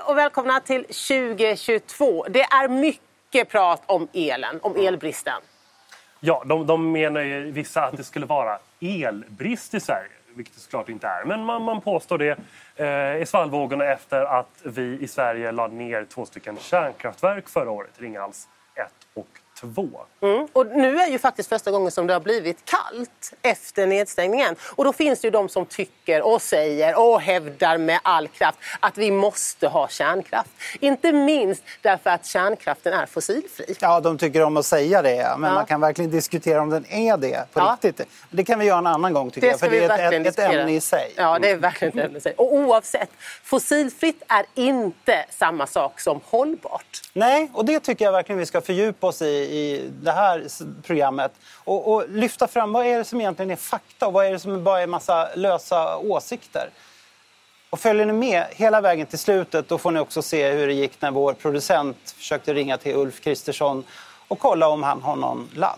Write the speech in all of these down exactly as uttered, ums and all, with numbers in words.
och välkomna till tjugo tjugotvå. Det är mycket prat om elen, om elbristen. Ja, de, de menar ju vissa att det skulle vara elbrist i Sverige, vilket det såklart inte är. Men man, man påstår det eh, i svallvågorna efter att vi i Sverige lade ner två stycken kärnkraftverk förra året, Ringhals ett och två. Mm. Och nu är ju faktiskt första gången som det har blivit kallt efter nedstängningen. Och då finns det ju de som tycker och säger och hävdar med all kraft att vi måste ha kärnkraft. Inte minst därför att kärnkraften är fossilfri. Ja, de tycker om att säga det. Men ja. man kan verkligen diskutera om den är det på ja. riktigt. Det kan vi göra en annan gång tycker det jag. För det är ett, ett ämne i sig. Ja, det är verkligen ett ämne i sig. Och oavsett, fossilfritt är inte samma sak som hållbart. Nej, och det tycker jag verkligen vi ska fördjupa oss i i det här programmet. Och, och lyfta fram vad är det som egentligen är fakta och vad är det som bara är massa lösa åsikter. Och följer ni med hela vägen till slutet, då får ni också se hur det gick när vår producent försökte ringa till Ulf Kristersson och kolla om han har någon ladd.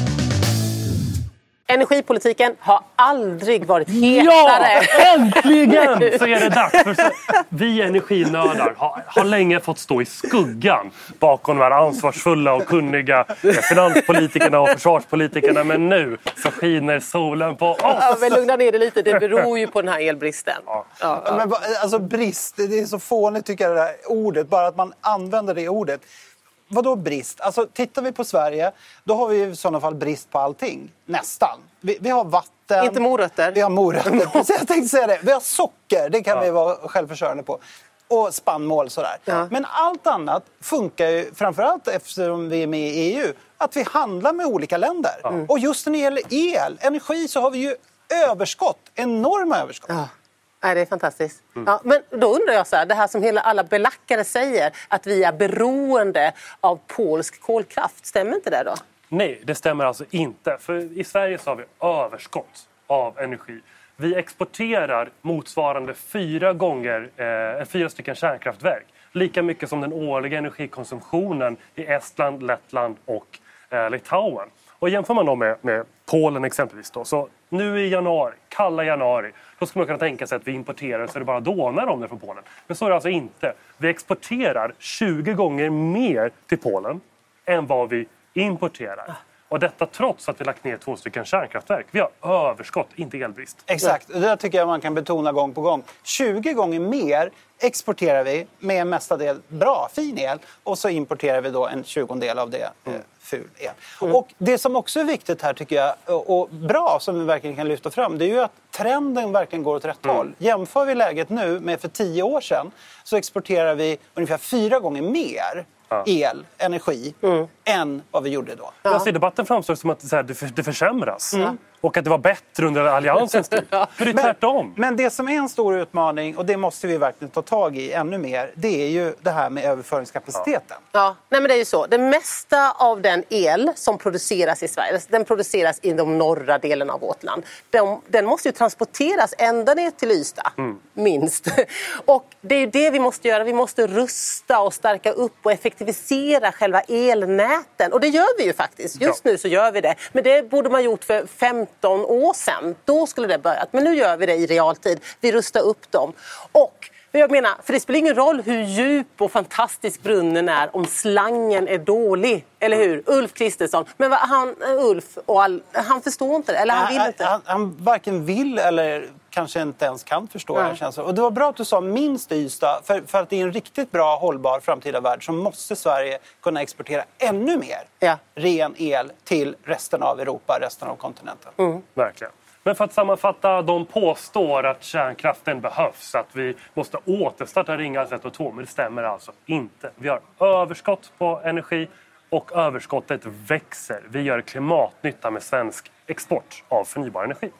Energipolitiken har aldrig varit hetare. Ja, äntligen så är det dags. För så, vi energinördar har, har länge fått stå i skuggan bakom de här ansvarsfulla och kunniga finanspolitikerna och försvarspolitikerna. Men nu så skiner solen på oss. Ja, men lugna ner det lite, det beror ju på den här elbristen. Ja. Ja, ja. Men alltså brist, det är så fånigt tycker jag det där ordet. Bara att man använder det ordet. Vadå brist? Alltså tittar vi på Sverige, då har vi i sådana fall brist på allting. Nästan. Vi, vi har vatten. Inte morötter. Vi har morötter. Precis, jag tänkte säga det. Vi har socker, det kan ja. vi vara självförsörjande på. Och spannmål sådär. Ja. Men allt annat funkar ju, framförallt eftersom vi är med i E U, att vi handlar med olika länder. Ja. Och just när det gäller el, energi, så har vi ju överskott. Enorma överskott. Ja. Nej, det är fantastiskt. Mm. Ja, men då undrar jag så här, det här som hela alla belackare säger, att vi är beroende av polsk kolkraft. Stämmer inte det då? Nej, det stämmer alltså inte. För i Sverige så har vi överskott av energi. Vi exporterar motsvarande fyra gånger, eh, fyra stycken kärnkraftverk. Lika mycket som den årliga energikonsumtionen i Estland, Lettland och eh, Litauen. Och jämför man då med, med Polen exempelvis då, så nu i januari, kalla januari, då skulle man kunna tänka sig att vi importerar så det bara dånar om det från Polen. Men så är det alltså inte. Vi exporterar tjugo gånger mer till Polen än vad vi importerar. Och detta trots att vi lagt ner två stycken kärnkraftverk. Vi har överskott, inte elbrist. Exakt, det där tycker jag man kan betona gång på gång. tjugo gånger mer exporterar vi med mestadels bra, fin el. Och så importerar vi då en tjugondel av det, mm. ful el. Mm. Och det som också är viktigt här tycker jag, och bra som vi verkligen kan lyfta fram, det är ju att trenden verkligen går åt rätt mm. håll. Jämför vi läget nu med för tio år sedan, så exporterar vi ungefär fyra gånger mer ja. el, energi, mm. än vad vi gjorde då. Ja. Alltså, i debatten framstår det som att det, så här, det, för, det försämras. Mm. Och att det var bättre under alliansens tid. ja. För det är men, tvärtom. Men det som är en stor utmaning, och det måste vi verkligen ta tag i ännu mer, det är ju det här med överföringskapaciteten. Ja, ja. Nej, men det är ju så. Det mesta av den el som produceras i Sverige, den produceras i de norra delarna av vårt land. Den, den måste ju transporteras ända ner till Ystad, mm. minst. Och det är ju det vi måste göra. Vi måste rusta och stärka upp och effektivisera själva elnäten. Och det gör vi ju faktiskt. Just ja. nu så gör vi det. Men det borde man gjort för femton år sedan. Då skulle det börjat. Men nu gör vi det i realtid. Vi rustar upp dem. Och jag menar, för det spelar ingen roll hur djup och fantastisk brunnen är om slangen är dålig. Eller hur? Ulf Kristersson. Men vad, han, Ulf, och all, han förstår inte det. Eller han vill inte. Han, han varken vill eller kanske inte ens kan förstå det. Känns. Och det var bra att du sa minst Ystad. För, för att det är en riktigt bra, hållbar framtida värld så måste Sverige kunna exportera ännu mer ja. ren el till resten av Europa, resten av kontinenten. Mm. Verkligen. Men för att sammanfatta, de påstår att kärnkraften behövs, att vi måste återstarta Ringhals ett och två, men det stämmer alltså inte. Vi har överskott på energi och överskottet växer. Vi gör klimatnytta med svensk export av förnybar energi.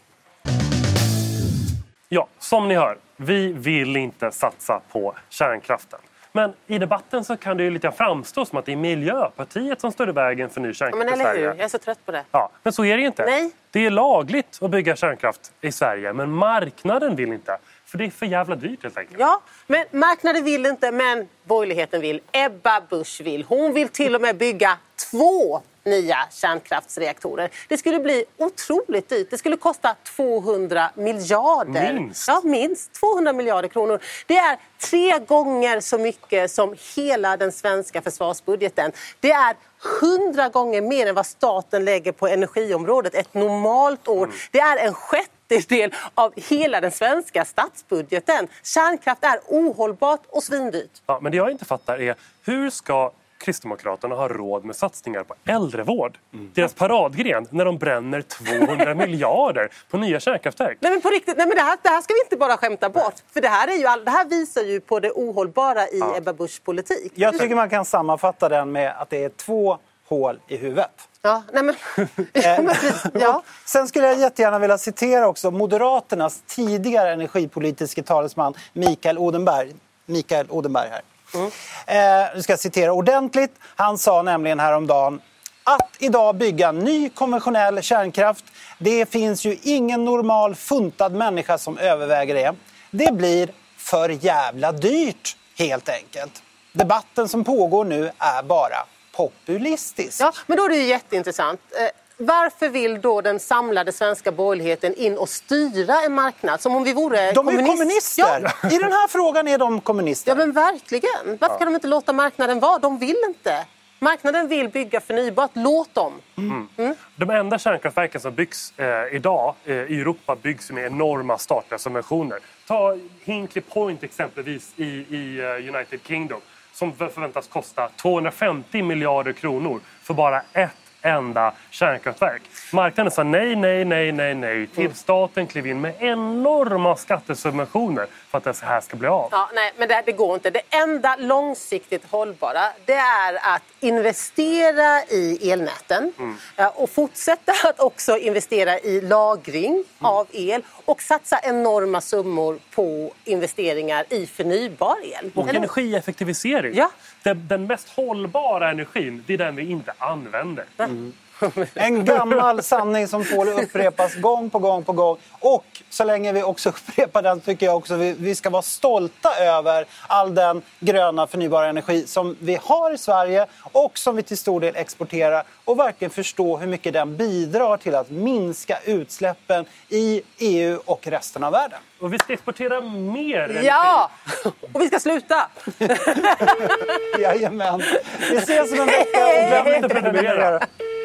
Ja, som ni hör, vi vill inte satsa på kärnkraften. Men i debatten så kan det ju lite framstå som att det är Miljöpartiet som står i vägen för ny kärnkraft ja, men i Sverige. Hur? Jag är så trött på det. Ja, men så är det ju inte. Nej. Det är lagligt att bygga kärnkraft i Sverige, men marknaden vill inte. För det är för jävla dyrt helt enkelt. Ja, men marknaden vill inte, men borgerligheten vill. Ebba Busch vill. Hon vill till och med bygga två nya kärnkraftsreaktorer. Det skulle bli otroligt dyrt. Det skulle kosta tvåhundra miljarder. Minst. Ja, minst tvåhundra miljarder kronor. Det är tre gånger så mycket som hela den svenska försvarsbudgeten. Det är hundra gånger mer än vad staten lägger på energiområdet ett normalt år. Mm. Det är en sjättedel av hela den svenska statsbudgeten. Kärnkraft är ohållbart och svindyrt. Ja, men det jag inte fattar är, hur ska Kristdemokraterna har råd med satsningar på äldrevård? Mm. Deras paradgren när de bränner tvåhundra miljarder på nya kärnkraftverk. Nej, men på riktigt, nej, men det, här, det här ska vi inte bara skämta bort. Nej. För det här, är ju all, det här visar ju på det ohållbara i ja. Ebba Buschs politik. Jag tycker man kan sammanfatta den med att det är två hål i huvudet. Ja, nej men... ja. Sen skulle jag jättegärna vilja citera också Moderaternas tidigare energipolitiska talesman Mikael Odenberg. Mikael Odenberg här. Mm. Eh, nu ska jag citera ordentligt. Han sa nämligen häromdagen: att idag bygga ny konventionell kärnkraft, det finns ju ingen normal funtad människa som överväger det. Det blir för jävla dyrt, helt enkelt. Debatten som pågår nu är bara populistisk. Ja, men då är det ju jätteintressant. Eh, Varför vill då den samlade svenska borgerligheten in och styra en marknad som om vi vore de kommunist... är kommunister. Ja. I den här frågan är de kommunister. Ja, men verkligen. Varför ja. kan de inte låta marknaden vara? De vill inte. Marknaden vill bygga förnybart. Låt dem. Mm. Mm. De enda kärnkraftverken som byggs eh, idag eh, i Europa byggs med enorma statliga subventioner. Ta Hinkley Point exempelvis i, i uh, United Kingdom som förväntas kosta tvåhundrafemtio miljarder kronor för bara ett enda kärnkraftverk. Marknaden sa nej, nej, nej, nej, nej till staten klev in med enorma skattesubventioner för att det här ska bli av. Ja, nej, men det, det går inte. Det enda långsiktigt hållbara, det är att investera i elnäten mm. och fortsätta att också investera i lagring mm. av el och satsa enorma summor på investeringar i förnybar el. Och Eller? energieffektivisering. Ja. Den, den mest hållbara energin, det är den vi inte använder. Mm. En gammal sanning som tål att upprepas gång på gång på gång. Och så länge vi också upprepar den tycker jag också vi, vi ska vara stolta över all den gröna förnybara energi som vi har i Sverige och som vi till stor del exporterar och verkligen förstå hur mycket den bidrar till att minska utsläppen i E U och resten av världen. Och vi ska exportera mer energi. Ja! Och vi ska sluta! Jajamän. Vi ses om en vecka och glöm inte att prenumerera.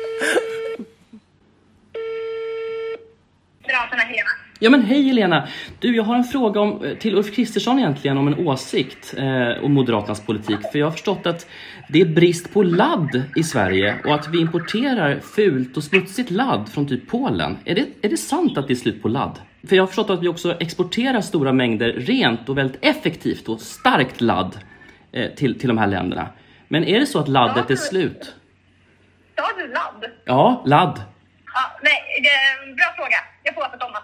Ja men hej Helena, du jag har en fråga om, till Ulf Kristersson egentligen om en åsikt eh, om Moderaternas politik. För jag har förstått att det är brist på ladd i Sverige och att vi importerar fult och smutsigt ladd från typ Polen. Är det, är det sant att det är slut på ladd? För jag har förstått att vi också exporterar stora mängder rent och väldigt effektivt och starkt ladd eh, till, till de här länderna. Men är det så att laddet är slut? Sa du ladd? Ja, ladd. Ja, nej, det är en bra fråga. Jag får återkomma.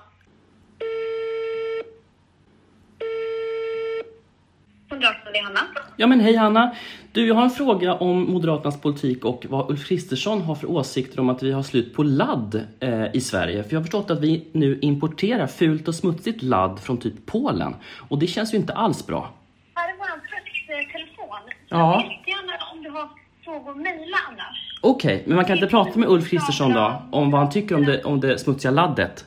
Moderaterna, det är Hanna. Ja men hej Hanna. Du, jag har en fråga om Moderaternas politik och vad Ulf Kristersson har för åsikter om att vi har slut på ladd eh, i Sverige. För jag har förstått att vi nu importerar fult och smutsigt ladd från typ Polen. Och det känns ju inte alls bra. Här är vår telefon. Ja. Jättegärna om du har frågor, mejla annars. Okej, okay, men man kan inte prata med Ulf Kristersson då om vad han tycker om det, om det smutsiga laddet?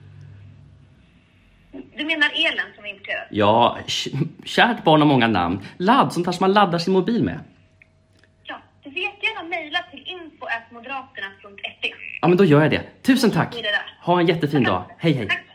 Du menar elen som vi importerar? Ja, kärt barn har många namn. Ladd, som man laddar sin mobil med. Ja, du vet gärna mejla till info at moderaterna punkt se. Ja, men då gör jag det. Tusen tack. Ha en jättefin dag. Hej, hej. Tack.